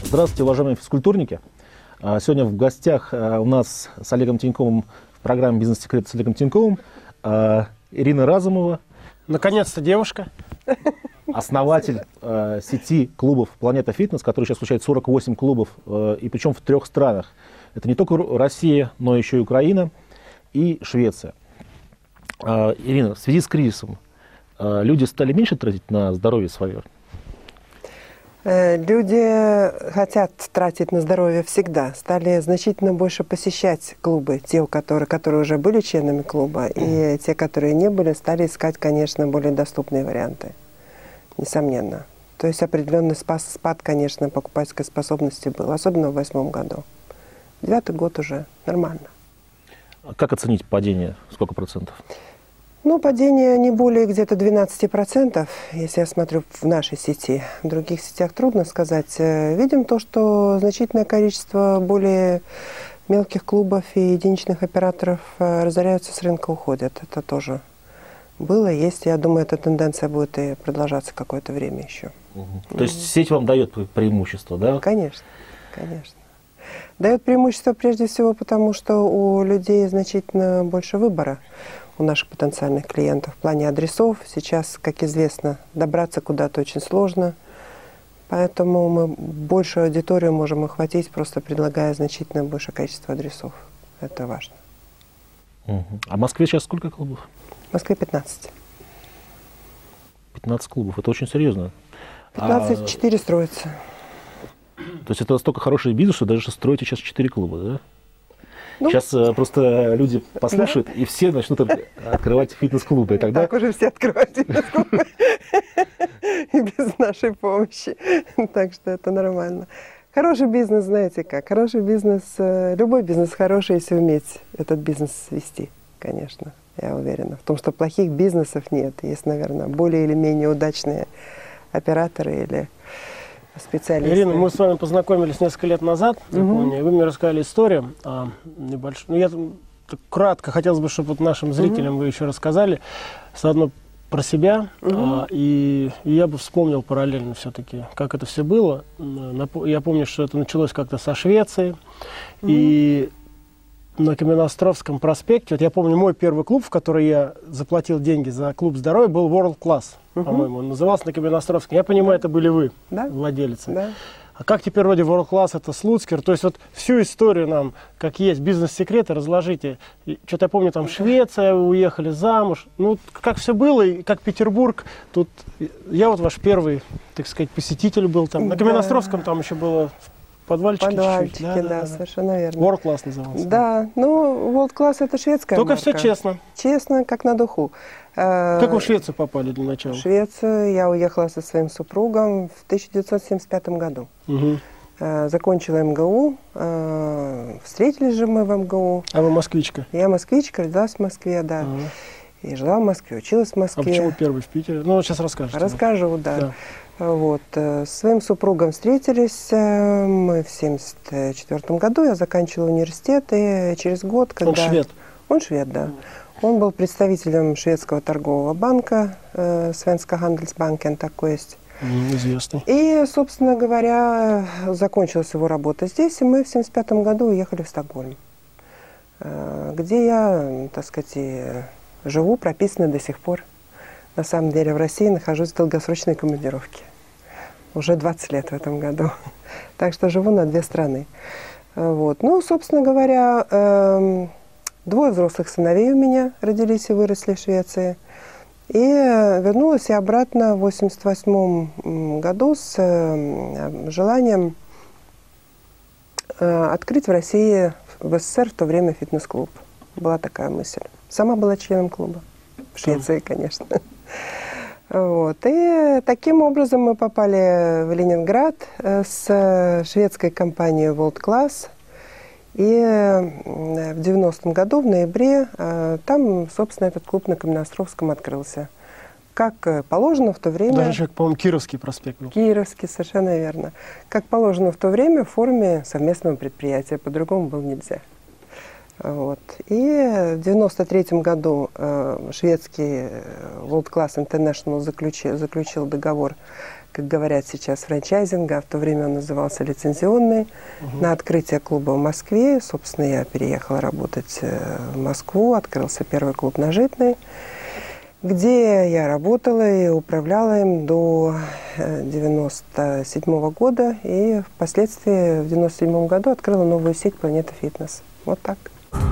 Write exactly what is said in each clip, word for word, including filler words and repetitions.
Здравствуйте, уважаемые физкультурники. Сегодня в гостях у нас с Олегом Тиньковым в программе «Бизнес-секрет» с Олегом Тиньковым Ирина Разумова. Наконец-то девушка. Основатель э, сети клубов «Планета Фитнес», который сейчас включает сорок восемь клубов, э, и причем в трех странах. Это не только Россия, но еще и Украина и Швеция. Э, Ирина, в связи с кризисом э, люди стали меньше тратить на здоровье свое? Люди хотят тратить на здоровье всегда. Стали значительно больше посещать клубы. Те, которые, которые уже были членами клуба, и те, которые не были, стали искать, конечно, более доступные варианты. Несомненно. То есть определенный спад, спад, конечно, покупательской способности был, особенно в восьмом году. Девятый год уже нормально. А как оценить падение? Сколько процентов? Ну, падение не более где-то двенадцати процентов, если я смотрю в нашей сети. В других сетях трудно сказать. Видим то, что значительное количество более мелких клубов и единичных операторов разоряются, с рынка уходят. Это тоже было, есть. Я думаю, эта тенденция будет и продолжаться какое-то время еще. Угу. То есть сеть вам дает преимущество, да? Конечно, конечно. Дает преимущество прежде всего потому, что у людей значительно больше выбора, у наших потенциальных клиентов в плане адресов. Сейчас, как известно, добраться куда-то очень сложно. Поэтому мы большую аудиторию можем охватить, просто предлагая значительно большее количество адресов. Это важно. Угу. А в Москве сейчас сколько клубов? В Москве пятнадцать. пятнадцать клубов, это очень серьезно. пятнадцать, четыре а... строятся. То есть это настолько хороший бизнес, что даже строите сейчас четыре клуба, да? Ну, сейчас э, просто люди послушают, да? И все начнут открывать фитнес-клубы. И тогда... Так уже все открывают фитнес-клубы. И без нашей помощи. Так что это нормально. Хороший бизнес, знаете как, хороший бизнес, любой бизнес хороший, если уметь этот бизнес вести, конечно. Я уверена в том, что плохих бизнесов нет. Есть, наверное, более или менее удачные операторы или специалисты. Ирина, мы с вами познакомились несколько лет назад, угу. Помню, и вы мне рассказали историю а, небольшую. Ну, я так, кратко хотелось бы, чтобы вот нашим зрителям угу. вы еще рассказали заодно про себя, угу. а, и, и я бы вспомнил параллельно все-таки, как это все было. Я помню, что это началось как-то со Швеции, угу. и на Каменноостровском проспекте, вот я помню, мой первый клуб, в который я заплатил деньги за клуб здоровья, был World Class, uh-huh. по-моему, он назывался на Каменноостровском. Я понимаю, это были вы, да? Владелицы. Да. А как теперь вроде World Class это Слуцкер? То есть вот всю историю нам, как есть, бизнес-секреты разложите. Что-то я помню, там Швеция, вы уехали замуж. Ну, как все было, и как Петербург. Тут я вот ваш первый, так сказать, посетитель был там. На Каменноостровском там еще было... Подвальчики, Подвальчики, да, да, да, да, совершенно верно. World Class назывался. Да, ну, World Class это шведская Только марка. все честно. Честно, как на духу. Как вы в Швецию попали для начала? В Швецию я уехала со своим супругом в тысяча девятьсот семьдесят пятом году. Угу. Закончила эм гэ у, встретились же мы в эм гэ у. А вы москвичка? Я москвичка, родилась в Москве, да. Ага. И жила в Москве, училась в Москве. А почему первый в Питере? Ну, сейчас расскажете. Расскажу, да. да. Вот. С своим супругом встретились мы в семьдесят четвёртом году. Я заканчивала университет, и через год, когда... Он швед? Он швед, да. Он был представителем шведского торгового банка, Svenska Handelsbanken, такой есть. Известный. И, собственно говоря, закончилась его работа здесь, и мы в семьдесят пятом году уехали в Стокгольм, где я, так сказать, и живу, прописана до сих пор. На самом деле в России нахожусь в долгосрочной командировке. Уже двадцать лет в этом году. Так что живу на две страны. Вот. Ну, собственно говоря, э, двое взрослых сыновей у меня родились и выросли в Швеции. И вернулась я обратно в восемьдесят восьмом году с э, желанием э, открыть в России, в эс эс эс эр в то время фитнес-клуб. Была такая мысль. Сама была членом клуба. В Швеции, конечно. Вот. И таким образом мы попали в Ленинград с шведской компанией World Class. И в девяностом году, в ноябре, там, собственно, этот клуб на Каменноостровском открылся. Как положено в то время... Даже, по-моему, Кировский проспект был. Кировский, совершенно верно. Как положено в то время в форме совместного предприятия. По-другому было нельзя. Вот. И в девяносто третьем году э, шведский World Class International заключил, заключил договор как говорят сейчас, франчайзинга, а в то время он назывался лицензионный, угу. на открытие клуба в Москве. Собственно, я переехала работать в Москву, открылся первый клуб на Житной, где я работала и управляла им до девяносто седьмого года, и впоследствии в девяносто седьмом году открыла новую сеть «Планета Фитнес». Вот так.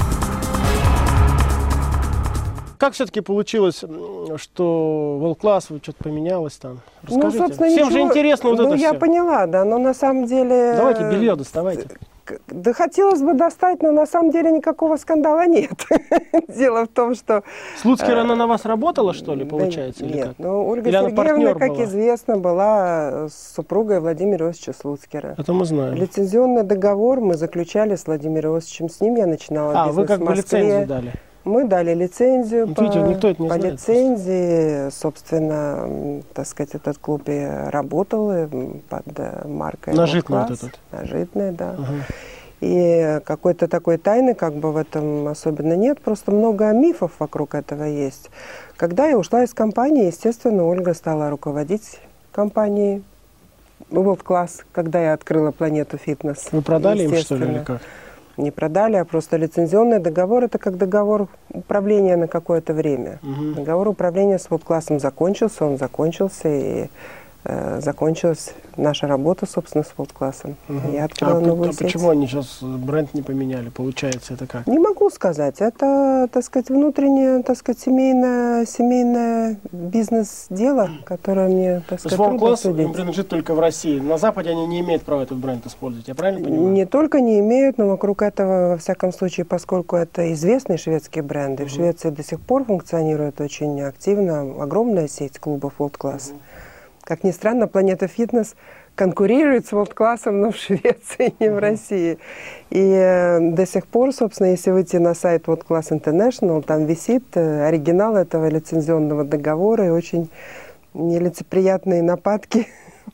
Как все-таки получилось, что World Class что-то поменялось там? Расскажите. Ну, собственно, Всем ничего... же интересно вот ну, это я все. поняла, да, но на самом деле... Давайте белье доставайте. Да хотелось бы достать, но на самом деле никакого скандала нет. Дело в том, что... Слуцкер, она на вас работала, что ли, получается? Да, или нет, как? ну, Ольга или Сергеевна, как была? известно, была супругой Владимира Иосифовича Слуцкера. Это мы знаем. Лицензионный договор мы заключали с Владимиром Иосифовичем. С ним я начинала а, бизнес вы как в бы Москве. лицензию дали? Мы дали лицензию. Вот по, видите, никто это не по знает лицензии, собственно, так сказать, этот клуб и работал и под маркой Нажитный вот этот. Нажитный, да. Ага. И какой-то такой тайны как бы в этом особенно нет, просто много мифов вокруг этого есть. Когда я ушла из компании, естественно, Ольга стала руководить компанией World Class, когда я открыла «Планету Фитнес». Вы продали им, что ли, или как? Не продали, а просто лицензионный договор – это как договор управления на какое-то время. Угу. Договор управления с World Class закончился, он закончился, и э, закончилась наша работа, собственно, с World Class. Угу. Я открыла а новую а сеть. Почему они сейчас бренд не поменяли? Получается, это как? Не могу сказать. Это, так сказать, внутреннее, так сказать, семейное, семейное бизнес-дело, которое мне, так сказать, трудно судить. То есть World Class принадлежит только в России. На Западе они не имеют права этот бренд использовать. Я правильно понимаю? Не только не имеют, но вокруг этого, во всяком случае, поскольку это известный шведский бренд, и угу. в Швеции до сих пор функционирует очень активно огромная сеть клубов World Class. Угу. Как ни странно, «Планета Фитнес» конкурирует с World Class, но в Швеции, не в России. И э, до сих пор, собственно, если выйти на сайт World Class International, там висит э, оригинал этого лицензионного договора и очень нелицеприятные нападки,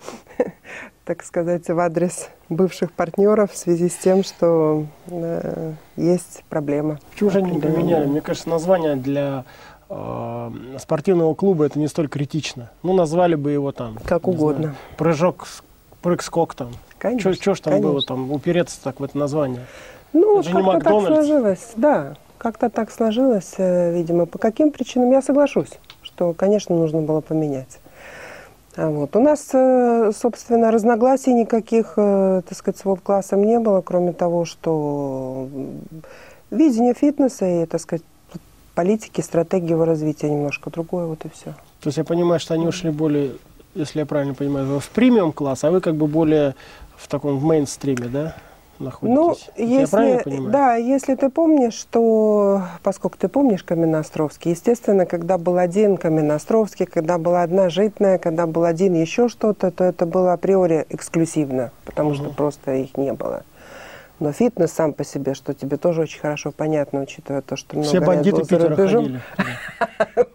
так сказать, в адрес бывших партнеров в связи с тем, что э, есть проблема. Почему же они не поменяли? Мне кажется, название для э, спортивного клуба это не столь критично. Ну, назвали бы его там. Как угодно. Знаю, прыжок, прыг-скок там. Конечно. Что ж там конечно. было там упереться так в это название? Ну, это же не как-то так Макдональдс. сложилось. Да, как-то так сложилось, видимо. По каким причинам? Я соглашусь, что, конечно, нужно было поменять. А вот. У нас, собственно, разногласий никаких, так сказать, с World Class не было, кроме того, что видение фитнеса и, так сказать, политики, стратегии его развития немножко другое, вот и все. То есть я понимаю, что они ушли более, если я правильно понимаю, в премиум-класс, а вы как бы более в таком в мейнстриме, да, находитесь? Ну, я правильно если, понимаю? да, если ты помнишь, что, поскольку ты помнишь Каменноостровский, естественно, когда был один Каменноостровский, когда была одна Житная, когда был один еще что-то, то это было априори эксклюзивно, потому угу. что просто их не было. Но фитнес сам по себе, что тебе тоже очень хорошо понятно, учитывая то, что много Все бандиты лет был за Питера рубежом. ходили.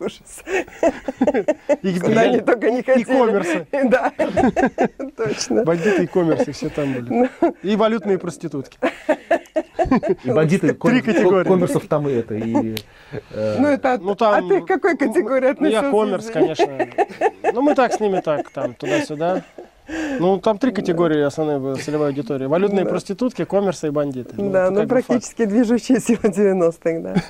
Ужас. Куда они только не хотели. И коммерсы. Да, точно. Бандиты и коммерсы все там были. И валютные проститутки. И бандиты, Три категории. коммерсов там и это. И, э... Ну, это от, ну, там, а ты к какой категории относишься? Ну, я коммерс, конечно. Ну, мы так с ними так, там, туда-сюда. Ну, там три категории основной целевой аудитории. Валютные да. проститутки, коммерсы и бандиты. Да, ну, ну практически движущая сила девяностых, да.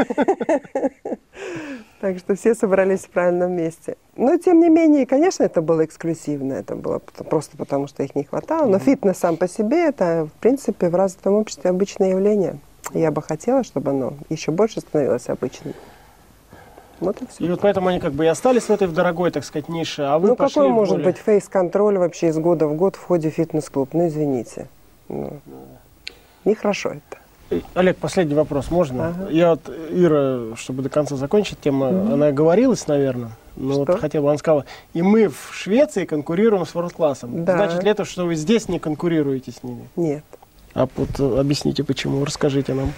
Так что все собрались в правильном месте. Но, тем не менее, конечно, это было эксклюзивно. Это было просто потому, что их не хватало. Но фитнес сам по себе, это, в принципе, в развитом обществе обычное явление. Я бы хотела, чтобы оно еще больше становилось обычным. Вот и все. И вот поэтому они как бы и остались в этой в дорогой, так сказать, нише, а вы ну, пошли какой может более... быть фейс-контроль вообще из года в год в ходе фитнес-клуб? Ну, извините. Ну, нехорошо это. Олег, последний вопрос, можно? Ага. Я вот, Ира, чтобы до конца закончить тему, угу. она оговорилась, наверное, но что? вот хотела бы, она сказала, и мы в Швеции конкурируем с World Class. Да. Значит ли это, что вы здесь не конкурируете с ними? Нет. А вот объясните, почему, расскажите нам.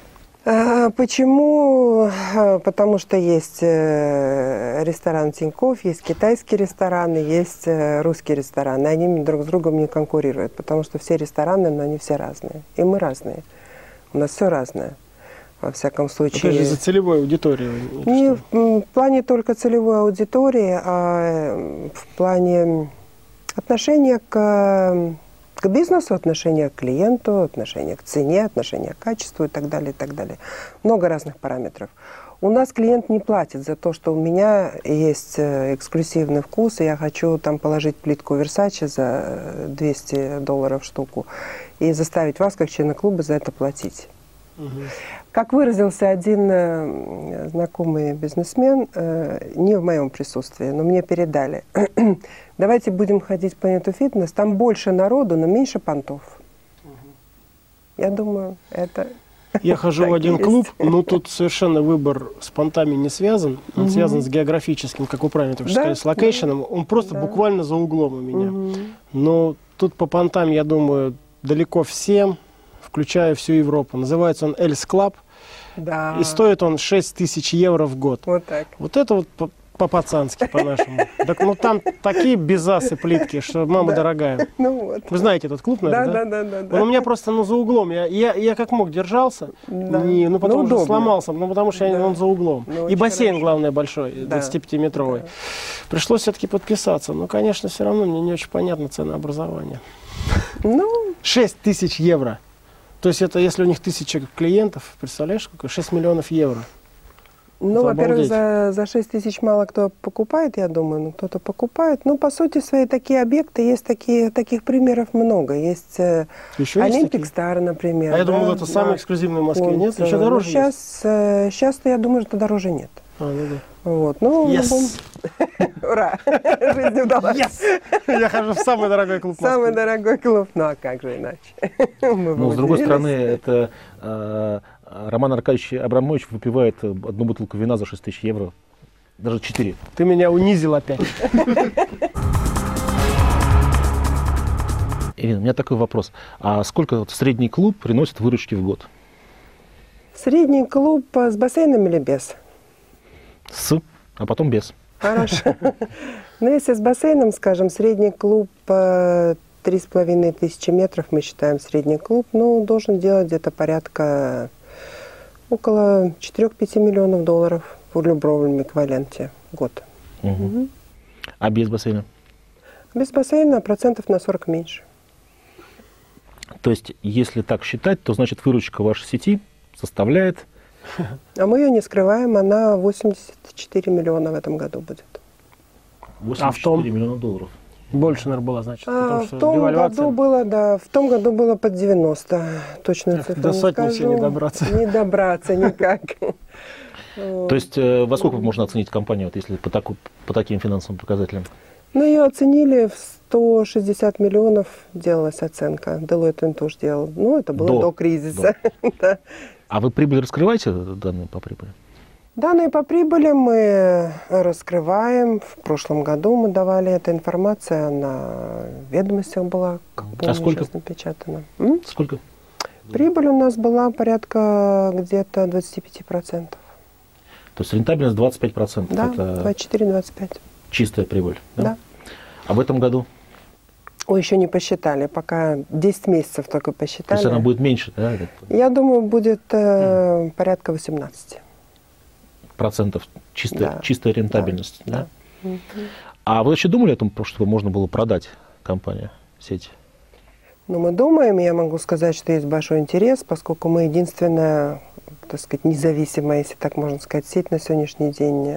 Почему? Потому что есть ресторан Тинькофф, есть китайские рестораны, есть русские рестораны. Они друг с другом не конкурируют, потому что все рестораны, но они все разные. И мы разные. У нас все разное. Во всяком случае. Опять же, за целевой аудиторией. Не в плане только целевой аудитории, а в плане Отношение к, к бизнесу, отношение к клиенту, отношение к цене, отношение к качеству и так далее, и так далее. Много разных параметров. У нас клиент не платит за то, что у меня есть эксклюзивный вкус, и я хочу там положить плитку Versace за двести долларов штуку и заставить вас, как члена клуба, за это платить. Угу. Как выразился один э, знакомый бизнесмен, э, не в моем присутствии, но мне передали, давайте будем ходить в Planet Fitness, там больше народу, но меньше понтов. Угу. Я думаю, это... Я хожу в один клуб, но тут совершенно выбор с понтами не связан. Он угу. связан с географическим, как вы правильно только что сказали, с локейшеном. Да. Он просто да. буквально за углом у меня. Угу. Но тут по понтам, я думаю, далеко всем, включая всю Европу. Называется он Эльс Клаб. Да. И стоит он шесть тысяч евро в год. Вот так. Вот это вот по-пацански, по-нашему. Так, ну там такие безасы плитки, что мама да. дорогая. Ну, вот. Вы знаете этот клуб, наверное, да? Да, да, да. да, да. Он у меня просто ну, за углом. Я, я, я как мог держался, да. не, ну потом ну, уже сломался, ну потому что да. я, он за углом. Ну, и бассейн, хорошо. Главное, большой, да. двадцатипятиметровый. Да. Пришлось все-таки подписаться. Но, конечно, все равно мне не очень понятно ценообразование. Ну... шесть тысяч евро. То есть это если у них тысяча клиентов, представляешь, сколько? шесть миллионов евро. Ну, во-первых, за, за шесть тысяч мало кто покупает, я думаю, но кто-то покупает. Ну, по сути, свои такие объекты, есть такие, таких примеров много. Есть Olympic Star, например. А я да, думал, это да, самый эксклюзивный в Москве. Вот, нет? Еще дороже сейчас, есть? Сейчас, я думаю, что дороже нет. А, ну да. Вот, ну, yes. Ура! Жизнь удалась. Yes. Я хожу в самый дорогой клуб Москвы. Самый дорогой клуб, ну а как же иначе? Ну, с другой стороны, это э, Роман Аркадьевич Абрамович выпивает одну бутылку вина за шесть тысяч евро, даже четыре. Ты меня унизил опять. Ирина, у меня такой вопрос. А сколько вот средний клуб приносит выручки в год? Средний клуб с бассейном или без? С, а потом без. Хорошо. Ну, если с бассейном, скажем, средний клуб три с половиной тысячи метров, мы считаем средний клуб, ну, должен делать где-то порядка около четырёх-пяти миллионов долларов в рублевом эквиваленте в год. Угу. Угу. А без бассейна? Без бассейна процентов на сорок меньше. То есть, если так считать, то значит выручка вашей сети составляет... А мы ее не скрываем, она восемьдесят четыре миллиона в этом году будет. восемьдесят четыре миллиона долларов. Больше, наверное, было, значит, а, потому что в том девальвация... году было, да, в том году было под девяносто, точно цифру До не сотни скажу. еще не добраться. Не добраться никак. То есть, во сколько можно оценить компанию, если по, таку, по таким финансовым показателям? Ну, ее оценили в сто шестьдесят миллионов, делалась оценка. Deloitte тоже делал. Ну, это было до, до кризиса. До. Да. А вы прибыль раскрываете, данные по прибыли? Данные по прибыли мы раскрываем. В прошлом году мы давали эту информацию, на ведомостях была, как помню, а сколько? Сейчас напечатана. М? Сколько? Прибыль у нас была порядка где-то двадцати пяти процентов. То есть рентабельность двадцать пять процентов? Да, это двадцать четыре — двадцать пять. Чистая прибыль? Да. Да. А в этом году? Ой, еще не посчитали, пока десять месяцев только посчитали. То есть она будет меньше, да? Я думаю, будет э, порядка восемнадцати. Процентов чистая, да. чистая рентабельность, да? да? Угу. А вы вообще думали о том, чтобы можно было продать компанию, сеть? Ну, мы думаем, я могу сказать, что есть большой интерес, поскольку мы единственная, так сказать, независимая, если так можно сказать, сеть на сегодняшний день.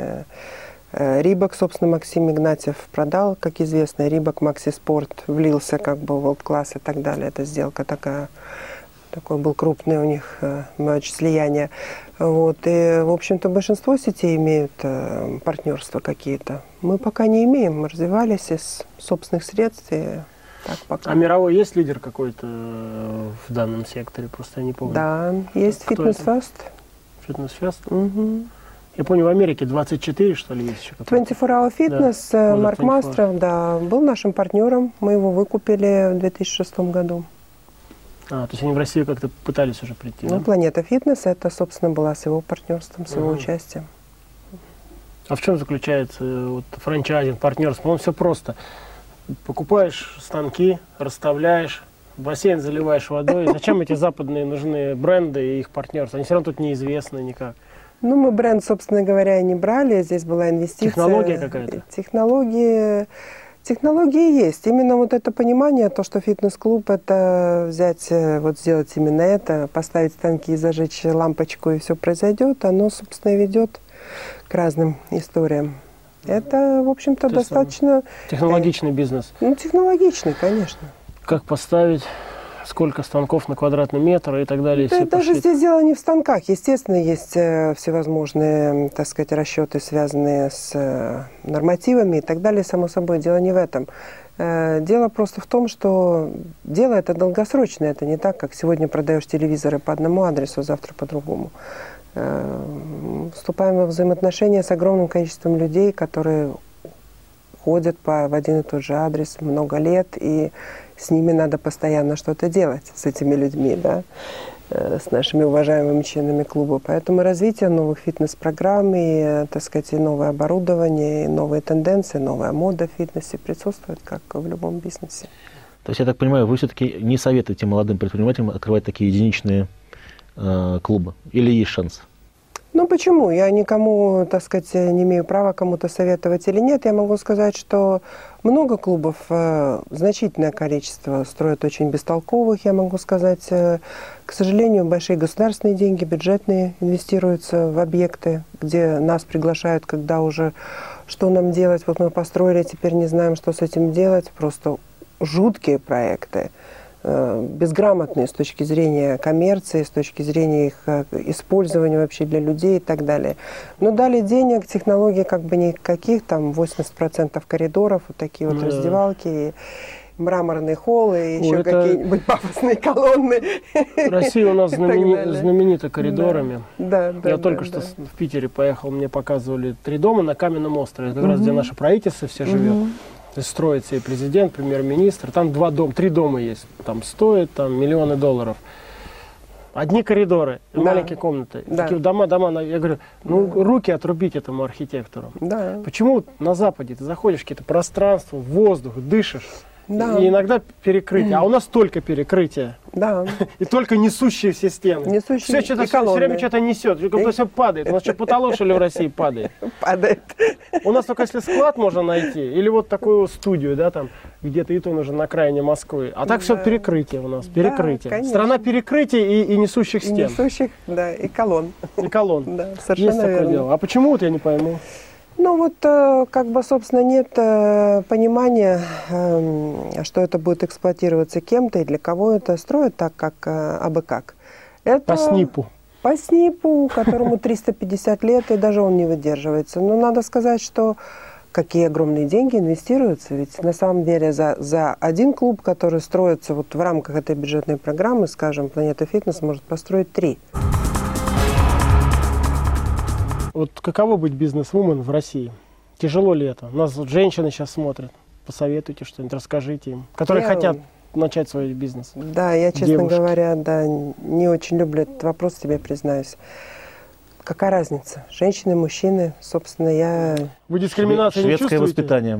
Рибок, собственно, Максим Игнатьев продал, как известно, Рибок Макси Спорт влился как бы в World Class и так далее. Эта сделка такая, такой был крупный у них матч слияния. Вот. И, в общем-то, большинство сетей имеют э, партнерства какие-то. Мы пока не имеем, мы развивались из собственных средств. И так пока. А мировой есть лидер какой-то в данном секторе? Просто я не помню. Да, есть Fitness First. Fitness First? Угу. Я помню, в Америке двадцать четыре, что ли, есть еще? двадцать четыре hour Fitness, да. Марк Мастров, да, был нашим партнером. Мы его выкупили в две тысячи шестом году. А, то есть они в Россию как-то пытались уже прийти, ну, да? Планета Фитнес, это, собственно, была с его партнерством, с его угу. участием. А в чем заключается вот, франчайзинг, партнерство? По-моему, все просто. Покупаешь станки, расставляешь, бассейн заливаешь водой. Зачем эти западные нужны бренды и их партнерства? Они все равно тут неизвестны никак. Ну, мы бренд, собственно говоря, не брали. Здесь была инвестиция. Технология какая-то? Технологии, Технологии есть. Именно вот это понимание, то, что фитнес-клуб, это взять, вот сделать именно это, поставить станки и зажечь лампочку, и все произойдет, оно, собственно, и ведет к разным историям. Это, в общем-то, достаточно... Технологичный бизнес. Ну, технологичный, конечно. Как поставить, сколько станков на квадратный метр и так далее. Да, даже пошли. Здесь дело не в станках. Естественно, есть э, всевозможные, так сказать, расчеты, связанные с э, нормативами и так далее. Само собой, дело не в этом. Э, дело просто в том, что дело это долгосрочное. Это не так, как сегодня продаешь телевизоры по одному адресу, завтра по другому. Э, вступаем во взаимоотношения с огромным количеством людей, которые ходят по, в один и тот же адрес много лет, и с ними надо постоянно что-то делать, с этими людьми, да, с нашими уважаемыми членами клуба. Поэтому развитие новых фитнес-программ и, так сказать, и новое оборудование, и новые тенденции, новая мода в фитнесе присутствует, как в любом бизнесе. То есть, я так понимаю, вы все-таки не советуете молодым предпринимателям открывать такие единичные э, клубы? Или есть шанс? Ну почему? Я никому, так сказать, не имею права кому-то советовать или нет. Я могу сказать, что много клубов, э, значительное количество строят очень бестолковых, я могу сказать. Э, к сожалению, большие государственные деньги, бюджетные, инвестируются в объекты, где нас приглашают, когда уже что нам делать. Вот мы построили, теперь не знаем, что с этим делать. Просто жуткие проекты. Безграмотные с точки зрения коммерции, с точки зрения их использования вообще для людей и так далее. Но дали денег, технологий как бы никаких, там восемьдесят процентов коридоров, вот такие вот да. раздевалки, мраморные холлы, и еще это... какие-нибудь пафосные колонны. Россия у нас знамени... знаменита коридорами. Да, да, Я да, только да, что да. в Питере поехал, мне показывали три дома на Каменном острове, как угу. раз где наше правительство все живет. Угу. То есть строит себе президент, премьер-министр, там два дома, три дома есть, там стоит там миллионы долларов. Одни коридоры, да. маленькие комнаты, да. такие дома, дома. Я говорю, ну да. руки отрубить этому архитектору. Да. Почему на Западе ты заходишь в какие-то пространства, воздух, дышишь? Да. И иногда перекрытие, а у нас только перекрытие. Да. И только несущие все стены. Несущие все, что-то, все время что-то несет, и... все падает. У нас что, потолок, что ли, в России падает? Падает. У нас только если склад можно найти, или вот такую студию, да, там, где-то и то нужно на окраине Москвы. А так да. все перекрытие у нас, перекрытие. Да, страна перекрытий и, и несущих стен. И несущих, да, и колонн. И колонн. Да, совершенно Есть такое верно. дело. А почему вот я не пойму? Ну вот, как бы, собственно, нет понимания, что это будет эксплуатироваться кем-то и для кого это строят так, как абы как. Это по СНИПу. По СНИПу, которому триста пятьдесят лет, и даже он не выдерживается. Но надо сказать, что какие огромные деньги инвестируются. Ведь на самом деле за, за один клуб, который строится вот в рамках этой бюджетной программы, скажем, Планета Фитнес может построить три. Вот каково быть бизнес-вумен в России? Тяжело ли это? Нас вот женщины сейчас смотрят. Посоветуйте что-нибудь, расскажите им, которые я... хотят начать свой бизнес. Да, я, честно Девушки. говоря, да, не очень люблю этот вопрос, тебе признаюсь. Какая разница? Женщины, мужчины, собственно, я... Вы дискриминацию Швед... не чувствуете? Шведское воспитание.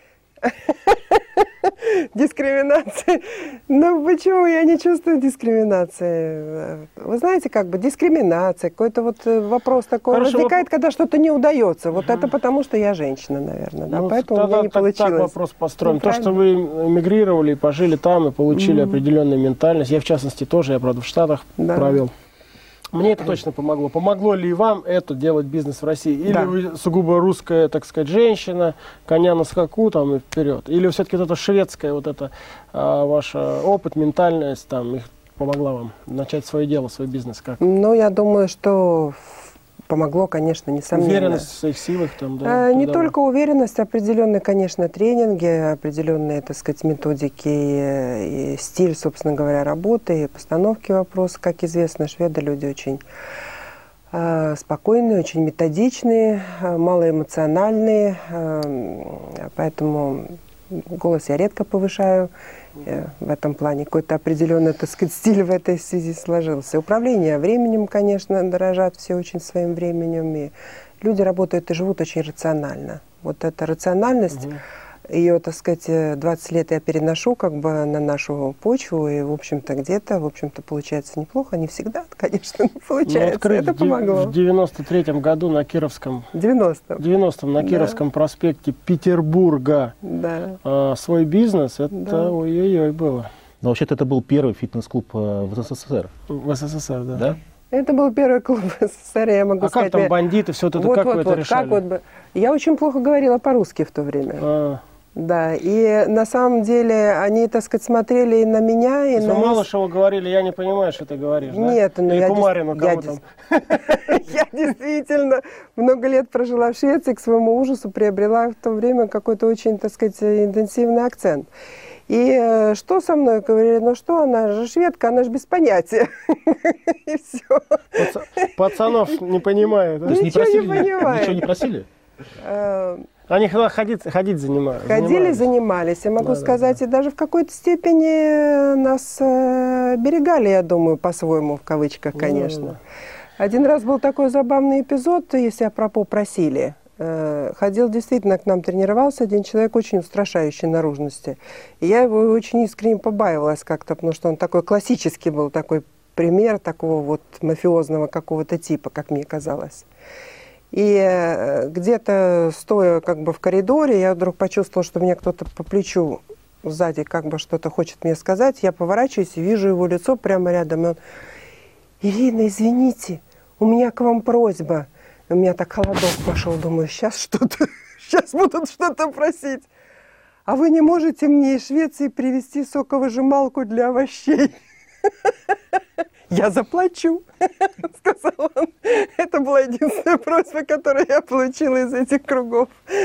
Дискриминация. Ну почему я не чувствую дискриминации? Вы знаете, как бы дискриминация, какой-то вот вопрос такой Хорошо, возникает, воп... когда что-то не удается. Вот uh-huh. это потому, что я женщина, наверное. Да? Ну, Поэтому у меня не так, получилось. Так вопрос построен. Ну, То, что вы эмигрировали, пожили там и получили mm-hmm. определенную ментальность. Я, в частности, тоже, я, правда, в Штатах да. провел. Мне это точно помогло. Помогло ли вам это делать бизнес в России? Или да. вы сугубо русская, так сказать, женщина, коня на скаку там и вперед? Или все-таки вот это шведское, вот это а, ваш опыт, ментальность там их помогла вам начать свое дело, свой бизнес? Как? Ну, я думаю, что помогло, конечно, несомненно. Уверенность в своих силах там, да? А, не только уверенность, определенные, конечно, тренинги, определенные, так сказать, методики и, и стиль, собственно говоря, работы, и постановки вопроса. Как известно, шведы люди очень э, спокойные, очень методичные, э, малоэмоциональные, э, поэтому голос я редко повышаю. В этом плане какой-то определенный, так сказать, стиль в этой связи сложился. Управление временем, конечно, дорожат все очень своим временем. И люди работают и живут очень рационально. Вот эта рациональность, угу. ее, так сказать, двадцать лет я переношу как бы на нашу почву, и, в общем-то, где-то, в общем-то, получается неплохо. Не всегда, конечно, получается. Ну, это помогло. В девяносто третьем году на Кировском... девяностом. девяностом на Кировском да. проспекте Петербурга да. а, свой бизнес, это да. ой-ой-ой было. Но вообще-то это был первый фитнес-клуб в СССР. В СССР, да. Да? Это был первый клуб в СССР, я могу а сказать. А как там бандиты, все это, вот, как вот, вы вот, это решали? Как вот бы... Я очень плохо говорила по-русски в то время. А. Да, и на самом деле они, так сказать, смотрели и на меня, и на... Вы Малышеву говорили, я не понимаю, что ты говоришь, да? Нет, ну я... Кумарину я, кого там? Я действительно много лет прожила в Швеции, к своему ужасу приобрела в то время какой-то очень, так сказать, интенсивный акцент. И что со мной говорили? Ну что, она же шведка, она же без понятия. И все. Пацанов не понимают. Ничего не понимают. Ничего не просили? Они ходить, ходить занимались. Ходили, занимались. Я могу да, сказать, да, да. и даже в какой-то степени нас э, берегали, я думаю, по-своему, в кавычках, конечно. Да, да. Один раз был такой забавный эпизод, если апропо просили. Э, ходил действительно к нам, тренировался один человек очень устрашающей наружности. И я его очень искренне побаивалась как-то, потому что он такой классический был, такой пример такого вот мафиозного какого-то типа, как мне казалось. И где-то стоя как бы в коридоре, я вдруг почувствовала, что мне кто-то по плечу сзади как бы что-то хочет мне сказать. Я поворачиваюсь и вижу его лицо прямо рядом. И он: Ирина, извините, у меня к вам просьба. И у меня так холодок пошел. Думаю, сейчас что-то, сейчас будут что-то просить. А вы не можете мне из Швеции привезти соковыжималку для овощей? Я заплачу, сказал он. Это была единственная просьба, которую я получила из этих кругов.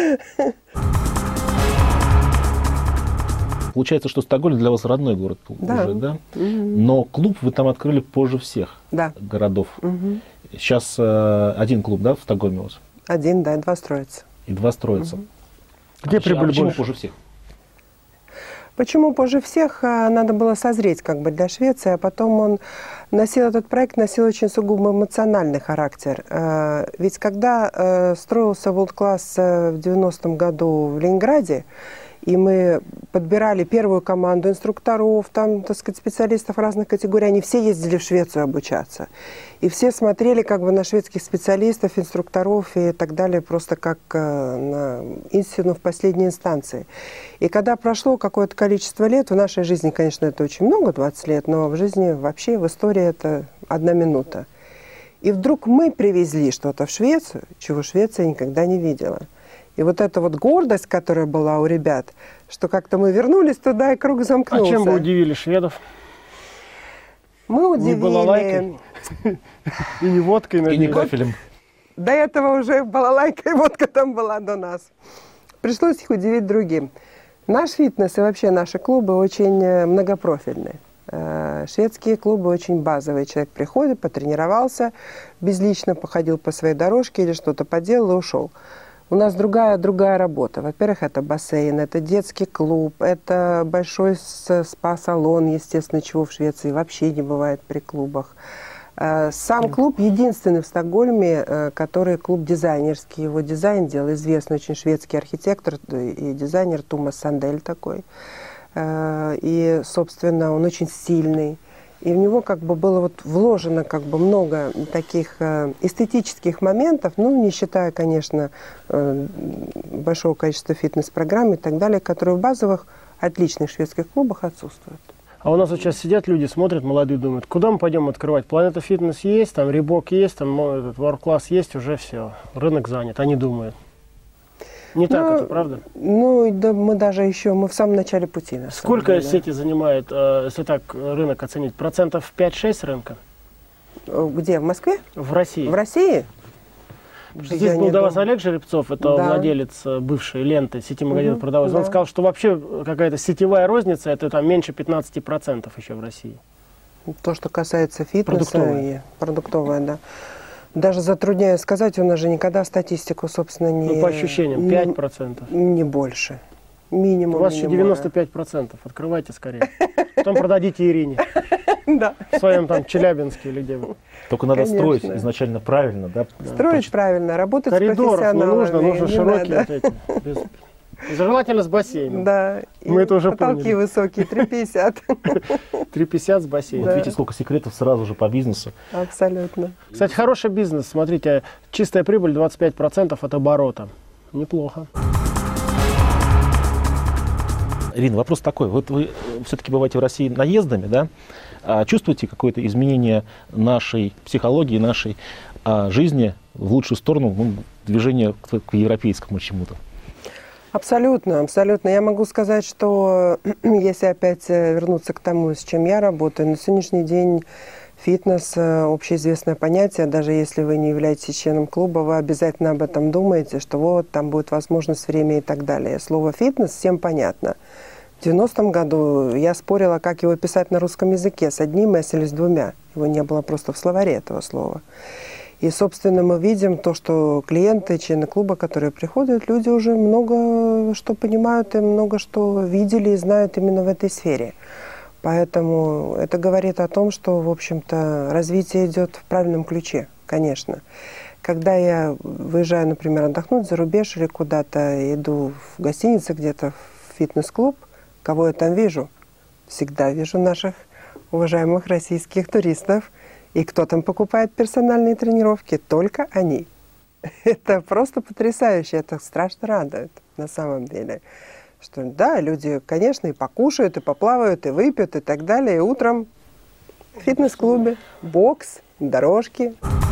Получается, что Стокгольм для вас родной город да. уже, да? Угу. Но клуб вы там открыли позже всех да. городов. Угу. Сейчас э, один клуб, да, в Стокгольме у вас? Один, да, и два строятся. И два строятся. Угу. Где а прибыль почему больше? позже всех? Почему позже всех? Надо было созреть как бы для Швеции, а потом он носил, этот проект носил очень сугубо эмоциональный характер. Ведь когда строился World Class в девяностом году в Ленинграде, и мы подбирали первую команду инструкторов, там, так сказать, специалистов разных категорий, они все ездили в Швецию обучаться. И все смотрели как бы на шведских специалистов, инструкторов и так далее, просто как на истину в последней инстанции. И когда прошло какое-то количество лет, в нашей жизни, конечно, это очень много, двадцать лет, но в жизни вообще, в истории это одна минута. И вдруг мы привезли что-то в Швецию, чего Швеция никогда не видела. И вот эта вот гордость, которая была у ребят, что как-то мы вернулись туда, и круг замкнулся. А чем вы удивили шведов? Мы удивили... Не балалайкой? И не водкой, надеюсь. И не кафелем. До этого уже балалайка и водка там была до нас. Пришлось их удивить другим. Наш фитнес и вообще наши клубы очень многопрофильные. Шведские клубы очень базовые. Человек приходит, потренировался, безлично походил по своей дорожке или что-то поделал и ушел. У нас другая, другая работа. Во-первых, это бассейн, это детский клуб, это большой спа-салон, естественно, чего в Швеции вообще не бывает при клубах. Сам клуб единственный в Стокгольме, который клуб дизайнерский. Его дизайн делал известный очень шведский архитектор и дизайнер Томас Сандель такой. И, собственно, он очень стильный. И в него как бы было вот вложено как бы много таких э, эстетических моментов, ну, не считая, конечно, э, большого количества фитнес-программ и так далее, которые в базовых отличных шведских клубах отсутствуют. А у нас вот сейчас сидят люди, смотрят, молодые, думают, куда мы пойдем открывать? Планета Фитнес есть, там Рибок есть, там этот World Class есть, уже все, рынок занят. Они думают. Не так ну, это, правда? Ну, да, мы даже еще, мы в самом начале пути. Сколько сети занимает, если так рынок оценить, процентов пять-шесть рынка? Где, в Москве? В России. В России? Здесь был до вас Олег Жеребцов, это да. владелец бывшей ленты, сети магазинов угу, продавалось. Да. Он сказал, что вообще какая-то сетевая розница, это там меньше пятнадцати процентов еще в России. То, что касается фитнеса продуктовая. и продуктовая, да. Даже затрудняюсь сказать, у нас же никогда статистику, собственно, не... Ну, по ощущениям, пять процентов. Не больше. Минимум. У вас еще девяносто пять процентов. Открывайте скорее. Потом продадите Ирине. Да. В своем там Челябинске или где вы. Только надо строить изначально правильно, да? Строить правильно, работать с профессионалами. Коридоров не нужно, нужно широкие вот эти, Желательно с бассейном. Да. Мы это уже потолки поняли. высокие, три пятьдесят. три пятьдесят с бассейном. Вот видите, сколько секретов сразу же по бизнесу. Абсолютно. Кстати, хороший бизнес. Смотрите, чистая прибыль двадцать пять процентов от оборота. Неплохо. Ирина, вопрос такой. Вот вы все-таки бываете в России наездами, да? А чувствуете какое-то изменение нашей психологии, нашей а, жизни в лучшую сторону, ну, движение к, к европейскому чему-то? Абсолютно, абсолютно. Я могу сказать, что если опять вернуться к тому, с чем я работаю, на сегодняшний день фитнес – общеизвестное понятие. Даже если вы не являетесь членом клуба, вы обязательно об этом думаете, что вот там будет возможность, время и так далее. Слово «фитнес» всем понятно. В девяностом году я спорила, как его писать на русском языке, с одним «с» или с двумя. Его не было просто в словаре этого слова. И, собственно, мы видим то, что клиенты, члены клуба, которые приходят, люди уже много что понимают и много что видели и знают именно в этой сфере. Поэтому это говорит о том, что, в общем-то, развитие идет в правильном ключе, конечно. Когда я выезжаю, например, отдохнуть за рубеж или куда-то, иду в гостинице где-то, в фитнес-клуб, кого я там вижу? Всегда вижу наших уважаемых российских туристов. И кто там покупает персональные тренировки? Только они. Это просто потрясающе, это страшно радует на самом деле. Что да, люди, конечно, и покушают, и поплавают, и выпьют, и так далее. И утром в фитнес-клубе, бокс, дорожки.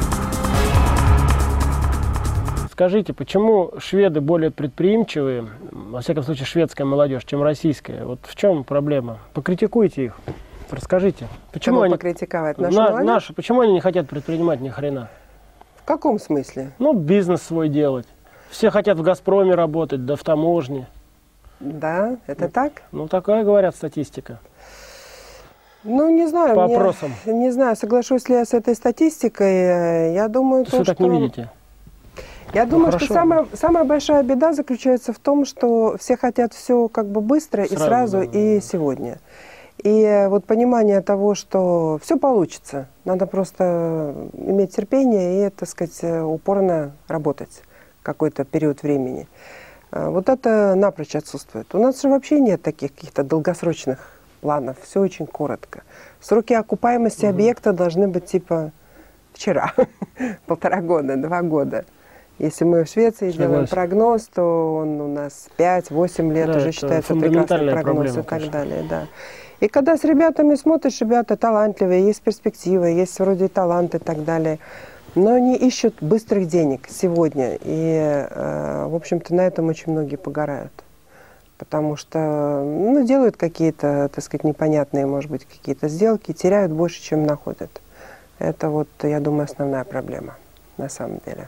Скажите, почему шведы более предприимчивые, во всяком случае шведская молодежь, чем российская? Вот в чем проблема? Покритикуйте их. Расскажите, почему Кого они, покритиковать? Нашу на, молодежь? наши, почему они не хотят предпринимать ни хрена? В каком смысле? Ну, бизнес свой делать. Все хотят в «Газпроме» работать, да в таможне. Да, это так? Ну, такая, говорят, статистика. Ну, не знаю. По мне- опросам. Не знаю, соглашусь ли я с этой статистикой. Я думаю, То то, есть вы что... так не видите? Я думаю, хорошо. что самая, самая большая беда заключается в том, что все хотят все как бы быстро и Сразу, сразу, да. и сегодня. И вот понимание того, что все получится, надо просто иметь терпение и, так сказать, упорно работать какой-то период времени. А Вот это напрочь отсутствует. У нас же вообще нет таких каких-то долгосрочных планов, все очень коротко. Сроки окупаемости Мгм. объекта должны быть типа вчера, полтора года, два года. Если мы в Швеции делаем Согласен. прогноз, то он у нас пять-восемь лет Да, уже это считается прекрасный фундаментальная прогноз проблема, и так конечно. далее. Да. И когда с ребятами смотришь, ребята талантливые, есть перспективы, есть вроде талант и так далее, но они ищут быстрых денег сегодня. И, э, в общем-то, на этом очень многие погорают. Потому что ну, делают какие-то, так сказать, непонятные, может быть, какие-то сделки, теряют больше, чем находят. Это вот, я думаю, основная проблема на самом деле.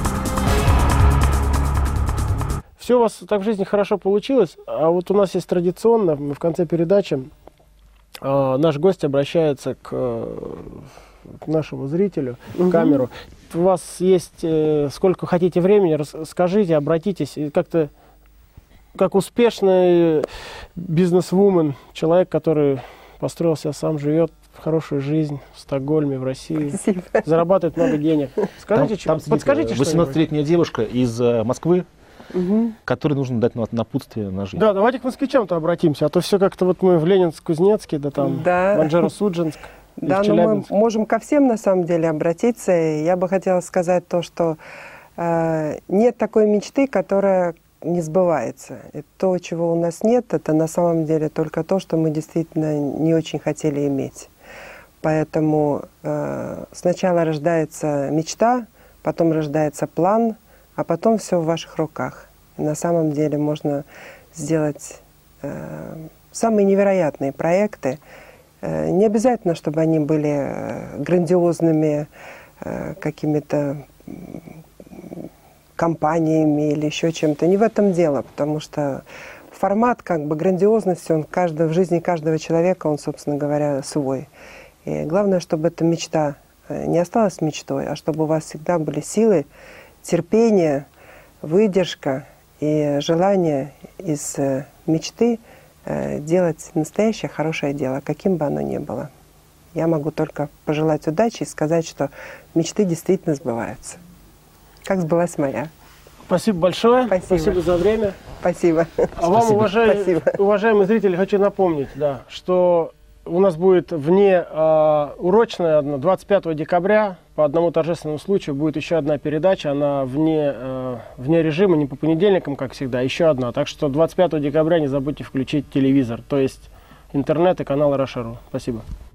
Все у вас так в жизни хорошо получилось, а вот у нас есть традиционно, мы в конце передачи, э, наш гость обращается к, э, к нашему зрителю, в камеру. У вас есть э, сколько хотите времени, расскажите, обратитесь, и как-то как успешный бизнесвумен, человек, который построил себя сам, живет хорошую жизнь в Стокгольме, в России, Спасибо. зарабатывает много денег. Скажите, Там- там что- сидит, подскажите э, что-нибудь. восемнадцатилетняя девушка из э, Москвы, Мгм. которой нужно дать на- напутствие на жизнь. Да, давайте к москвичам-то обратимся, а то все как-то вот мы в Ленинск-Кузнецке, да там Да. Манжеро-Судженск, и Да, в но мы Челябинск. можем ко всем на самом деле обратиться. И я бы хотела сказать то, что э, нет такой мечты, которая не сбывается. И то, чего у нас нет, это на самом деле только то, что мы действительно не очень хотели иметь. Поэтому э, сначала рождается мечта, потом рождается план, а потом все в ваших руках. И на самом деле можно сделать э, самые невероятные проекты. Э, Не обязательно, чтобы они были э, грандиозными э, какими-то м, компаниями или еще чем-то. Не в этом дело, потому что формат как бы грандиозности, он каждый, в жизни каждого человека, он, собственно говоря, свой. И главное, чтобы эта мечта э, не осталась мечтой, а чтобы у вас всегда были силы, терпение, выдержка и желание из э, мечты э, делать настоящее хорошее дело, каким бы оно ни было. Я могу только пожелать удачи и сказать, что мечты действительно сбываются. Как сбылась моя. Спасибо большое. Спасибо. Спасибо за время. Спасибо. А вам, уважаемые, Спасибо. уважаемые зрители, хочу напомнить, да, что у нас будет вне э, урочная двадцать пятого декабря по одному торжественному случаю будет еще одна передача, она вне, э, вне режима, не по понедельникам, как всегда, еще одна. Так что двадцать пятого декабря не забудьте включить телевизор, то есть интернет и канал Russia точка ру. Спасибо.